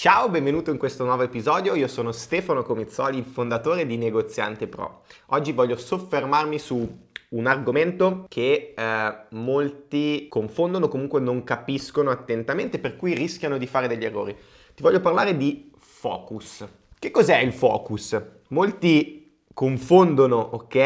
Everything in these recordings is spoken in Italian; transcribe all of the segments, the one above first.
Ciao, benvenuto in questo nuovo episodio. Io sono Stefano Comizzoli, il fondatore di Negoziante Pro. Oggi voglio soffermarmi su un argomento che molti confondono, comunque non capiscono attentamente, per cui rischiano di fare degli errori. Ti voglio parlare di focus. Che cos'è il focus? Molti confondono,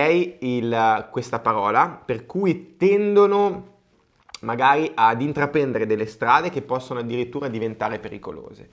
ok, questa parola, per cui tendono magari ad intraprendere delle strade che possono addirittura diventare pericolose.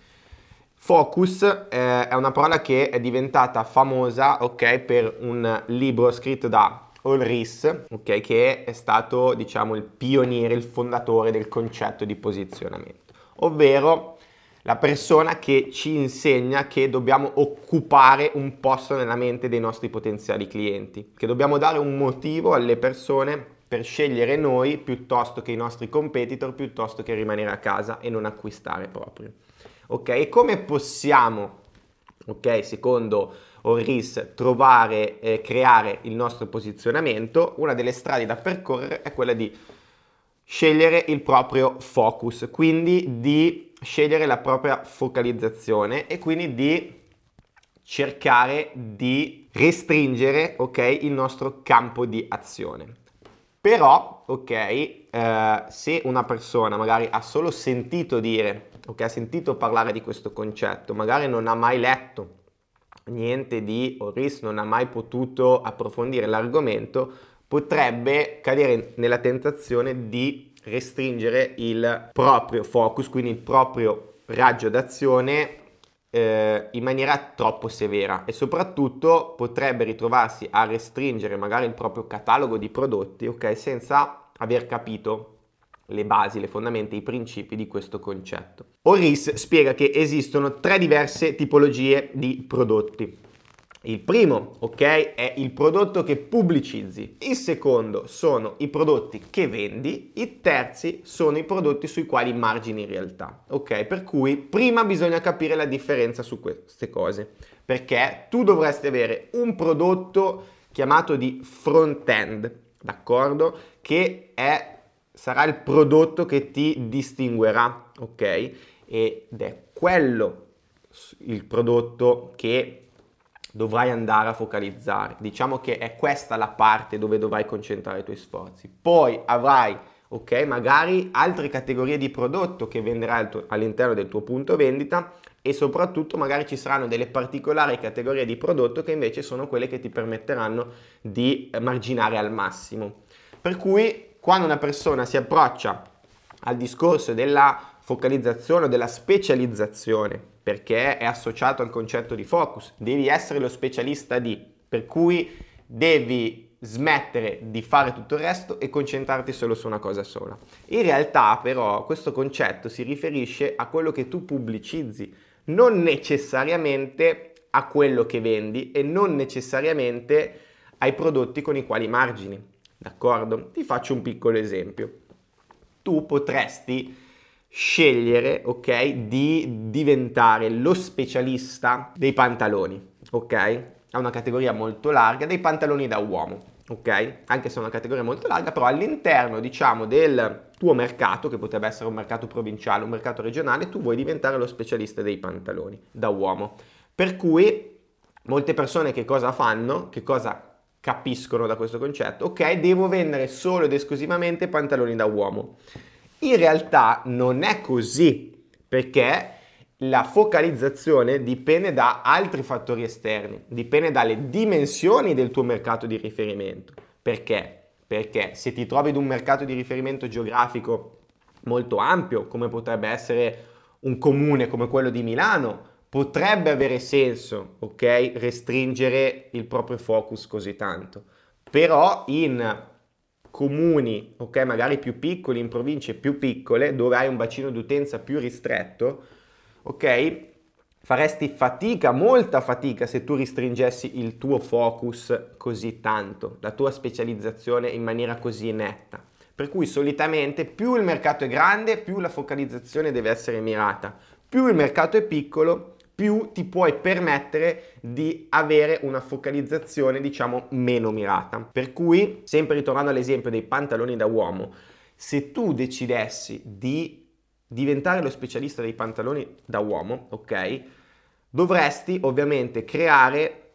Focus è una parola che è diventata famosa, ok, per un libro scritto da Ulrich, ok, che è stato, diciamo, il pioniere, il fondatore del concetto di posizionamento, ovvero la persona che ci insegna che dobbiamo occupare un posto nella mente dei nostri potenziali clienti, che dobbiamo dare un motivo alle persone per scegliere noi piuttosto che i nostri competitor, piuttosto che rimanere a casa e non acquistare proprio. Ok, e come possiamo, ok, secondo Ulrich, trovare e creare il nostro posizionamento? Una delle strade da percorrere è quella di scegliere il proprio focus, quindi di scegliere la propria focalizzazione e quindi di cercare di restringere, ok, il nostro campo di azione. Però, ok, se una persona magari ha solo sentito dire, ok, ha sentito parlare di questo concetto, magari non ha mai letto niente di Ulrich, non ha mai potuto approfondire l'argomento, potrebbe cadere nella tentazione di restringere il proprio focus, quindi il proprio raggio d'azione in maniera troppo severa, e soprattutto potrebbe ritrovarsi a restringere magari il proprio catalogo di prodotti, ok, senza aver capito le basi, le fondamenta, i principi di questo concetto. Ulrich spiega che esistono tre diverse tipologie di prodotti. Il primo, ok, è il prodotto che pubblicizzi. Il secondo sono i prodotti che vendi. I terzi sono i prodotti sui quali margini in realtà, ok? Per cui prima bisogna capire la differenza su queste cose, perché tu dovresti avere un prodotto chiamato di front-end, d'accordo? Che sarà il prodotto che ti distinguerà, ok? Ed è quello il prodotto che dovrai andare a focalizzare. Diciamo che è questa la parte dove dovrai concentrare i tuoi sforzi. Poi avrai, ok, magari altre categorie di prodotto che venderai all'interno del tuo punto vendita, e soprattutto magari ci saranno delle particolari categorie di prodotto che invece sono quelle che ti permetteranno di marginare al massimo. Per cui quando una persona si approccia al discorso della focalizzazione o della specializzazione, perché è associato al concetto di focus, devi essere lo specialista di, per cui devi smettere di fare tutto il resto e concentrarti solo su una cosa sola. In realtà però questo concetto si riferisce a quello che tu pubblicizzi, non necessariamente a quello che vendi e non necessariamente ai prodotti con i quali margini, d'accordo? Ti faccio un piccolo esempio. Tu potresti scegliere, ok, di diventare lo specialista dei pantaloni, ok? È una categoria molto larga, dei pantaloni da uomo, ok? Anche se è una categoria molto larga, però all'interno, diciamo, del tuo mercato, che potrebbe essere un mercato provinciale, un mercato regionale, tu vuoi diventare lo specialista dei pantaloni da uomo. Per cui molte persone che cosa fanno? Che cosa capiscono da questo concetto? Ok, devo vendere solo ed esclusivamente pantaloni da uomo. In realtà non è così, perché la focalizzazione dipende da altri fattori esterni, dipende dalle dimensioni del tuo mercato di riferimento. Perché? Perché se ti trovi in un mercato di riferimento geografico molto ampio, come potrebbe essere un comune come quello di Milano, potrebbe avere senso, ok, restringere il proprio focus così tanto. Però in comuni, ok, magari più piccoli, in province più piccole, dove hai un bacino d'utenza più ristretto, ok, faresti fatica, molta fatica, se tu restringessi il tuo focus così tanto, la tua specializzazione in maniera così netta. Per cui solitamente più il mercato è grande, più la focalizzazione deve essere mirata. Più il mercato è piccolo, più ti puoi permettere di avere una focalizzazione, diciamo, meno mirata. Per cui, sempre ritornando all'esempio dei pantaloni da uomo, se tu decidessi di diventare lo specialista dei pantaloni da uomo, ok? Dovresti ovviamente creare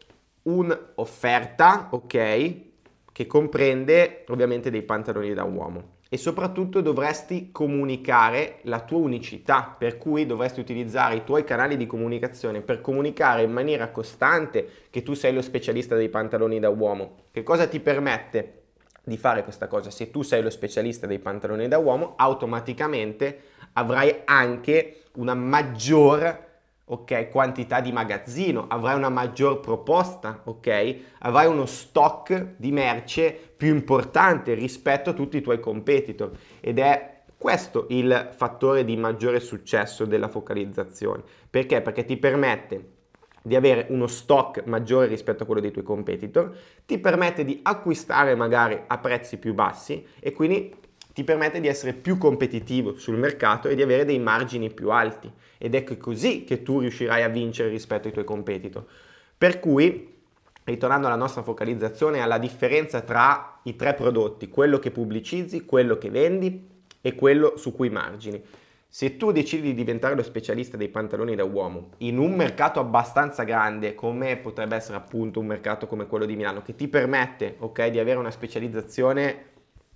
un'offerta, ok? Che comprende ovviamente dei pantaloni da uomo. E soprattutto dovresti comunicare la tua unicità, per cui dovresti utilizzare i tuoi canali di comunicazione per comunicare in maniera costante che tu sei lo specialista dei pantaloni da uomo. Che cosa ti permette di fare questa cosa? Se tu sei lo specialista dei pantaloni da uomo, automaticamente avrai anche una maggior, ok, quantità di magazzino, avrai una maggior proposta, ok? Avrai uno stock di merce più importante rispetto a tutti i tuoi competitor, ed è questo il fattore di maggiore successo della focalizzazione. Perché? Perché ti permette di avere uno stock maggiore rispetto a quello dei tuoi competitor, ti permette di acquistare magari a prezzi più bassi e quindi ti permette di essere più competitivo sul mercato e di avere dei margini più alti, ed è così che tu riuscirai a vincere rispetto ai tuoi competitor. Per cui, ritornando alla nostra focalizzazione, alla differenza tra i tre prodotti, quello che pubblicizzi, quello che vendi e quello su cui margini. Se tu decidi di diventare lo specialista dei pantaloni da uomo in un mercato abbastanza grande, come potrebbe essere appunto un mercato come quello di Milano, che ti permette, ok, di avere una specializzazione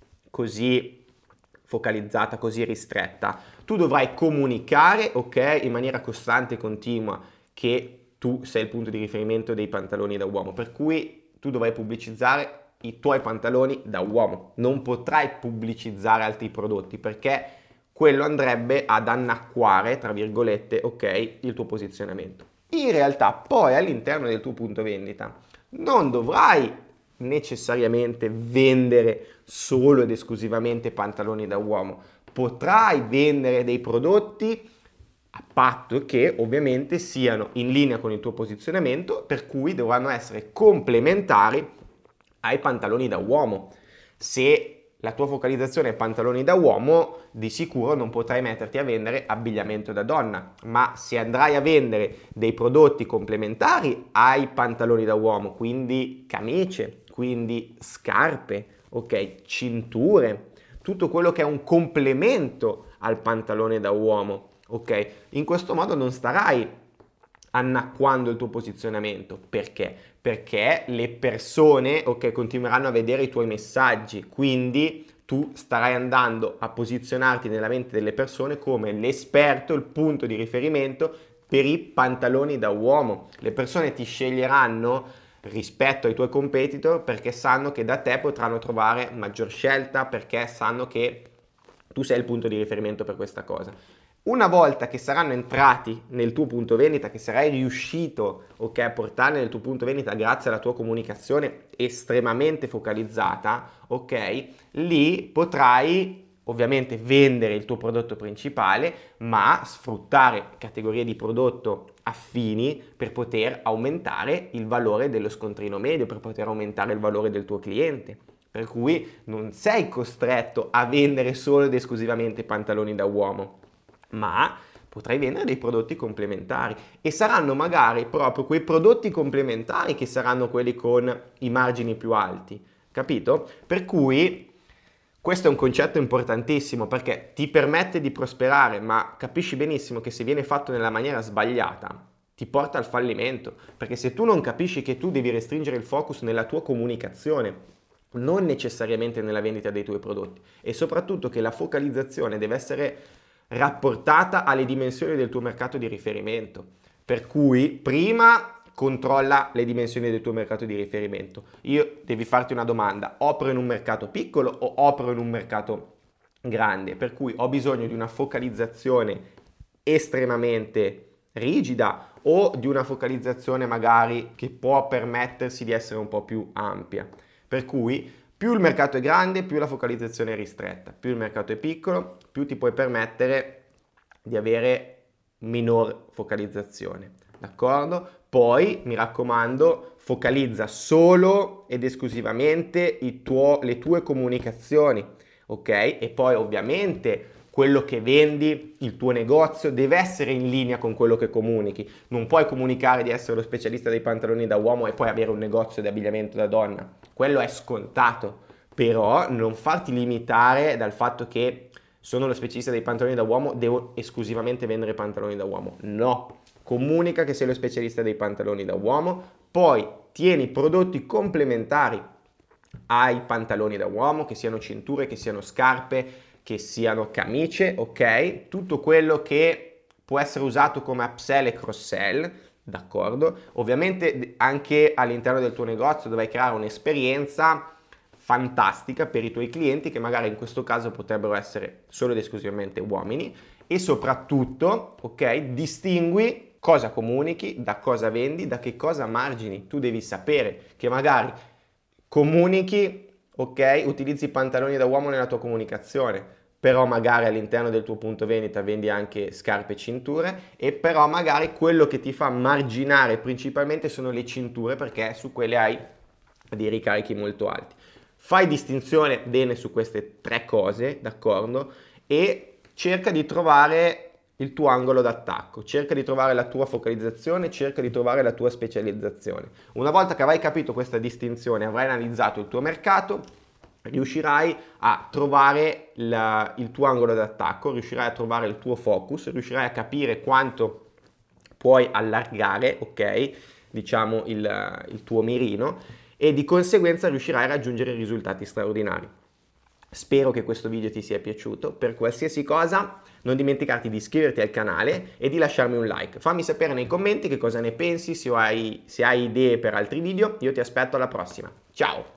così focalizzata, così ristretta, tu dovrai comunicare, ok, in maniera costante e continua che tu sei il punto di riferimento dei pantaloni da uomo, per cui tu dovrai pubblicizzare i tuoi pantaloni da uomo, non potrai pubblicizzare altri prodotti perché quello andrebbe ad annacquare, tra virgolette, ok, il tuo posizionamento. In realtà poi all'interno del tuo punto vendita non dovrai necessariamente vendere solo ed esclusivamente pantaloni da uomo, potrai vendere dei prodotti a patto che ovviamente siano in linea con il tuo posizionamento, per cui dovranno essere complementari ai pantaloni da uomo. Se la tua focalizzazione è pantaloni da uomo, di sicuro non potrai metterti a vendere abbigliamento da donna, ma se andrai a vendere dei prodotti complementari ai pantaloni da uomo, quindi camicie, quindi scarpe, ok, cinture, tutto quello che è un complemento al pantalone da uomo, ok? In questo modo non starai annacquando il tuo posizionamento. Perché? Perché le persone, ok, continueranno a vedere i tuoi messaggi, quindi tu starai andando a posizionarti nella mente delle persone come l'esperto, il punto di riferimento per i pantaloni da uomo. Le persone ti sceglieranno rispetto ai tuoi competitor perché sanno che da te potranno trovare maggior scelta, perché sanno che tu sei il punto di riferimento per questa cosa. Una volta che saranno entrati nel tuo punto vendita, che sarai riuscito, ok, a portarli nel tuo punto vendita grazie alla tua comunicazione estremamente focalizzata, ok, lì potrai ovviamente vendere il tuo prodotto principale, ma sfruttare categorie di prodotto affini per poter aumentare il valore dello scontrino medio, per poter aumentare il valore del tuo cliente. Per cui non sei costretto a vendere solo ed esclusivamente pantaloni da uomo, ma potrai vendere dei prodotti complementari e saranno magari proprio quei prodotti complementari che saranno quelli con i margini più alti, capito? Per cui questo è un concetto importantissimo perché ti permette di prosperare, ma capisci benissimo che se viene fatto nella maniera sbagliata ti porta al fallimento, perché se tu non capisci che tu devi restringere il focus nella tua comunicazione, non necessariamente nella vendita dei tuoi prodotti, e soprattutto che la focalizzazione deve essere rapportata alle dimensioni del tuo mercato di riferimento, per cui prima controlla le dimensioni del tuo mercato di riferimento. Devi farti una domanda: opero in un mercato piccolo o opero in un mercato grande? Per cui ho bisogno di una focalizzazione estremamente rigida o di una focalizzazione magari che può permettersi di essere un po' più ampia. Per cui più il mercato è grande, più la focalizzazione è ristretta, più il mercato è piccolo, più ti puoi permettere di avere minor focalizzazione, d'accordo? Poi, mi raccomando, focalizza solo ed esclusivamente le tue comunicazioni, ok? E poi ovviamente quello che vendi, il tuo negozio, deve essere in linea con quello che comunichi. Non puoi comunicare di essere lo specialista dei pantaloni da uomo e poi avere un negozio di abbigliamento da donna. Quello è scontato, però non farti limitare dal fatto che sono lo specialista dei pantaloni da uomo, devo esclusivamente vendere pantaloni da uomo. No, comunica che sei lo specialista dei pantaloni da uomo, poi tieni prodotti complementari ai pantaloni da uomo, che siano cinture, che siano scarpe, che siano camicie, ok? Tutto quello che può essere usato come upsell e cross-sell, d'accordo? Ovviamente anche all'interno del tuo negozio dovrai creare un'esperienza fantastica per i tuoi clienti, che magari in questo caso potrebbero essere solo ed esclusivamente uomini, e soprattutto, ok, distingui cosa comunichi, da cosa vendi, da che cosa margini. Tu devi sapere che magari comunichi, ok, utilizzi i pantaloni da uomo nella tua comunicazione, però magari all'interno del tuo punto vendita vendi anche scarpe e cinture, e però magari quello che ti fa marginare principalmente sono le cinture, perché su quelle hai dei ricarichi molto alti. Fai distinzione bene su queste tre cose, d'accordo? E cerca di trovare il tuo angolo d'attacco, cerca di trovare la tua focalizzazione, cerca di trovare la tua specializzazione. Una volta che avrai capito questa distinzione, avrai analizzato il tuo mercato, riuscirai a trovare il tuo angolo d'attacco, riuscirai a trovare il tuo focus, riuscirai a capire quanto puoi allargare, ok, diciamo il tuo mirino, e di conseguenza riuscirai a raggiungere risultati straordinari. Spero che questo video ti sia piaciuto. Per qualsiasi cosa non dimenticarti di iscriverti al canale e di lasciarmi un like. Fammi sapere nei commenti che cosa ne pensi, se hai idee per altri video. Io ti aspetto alla prossima. Ciao!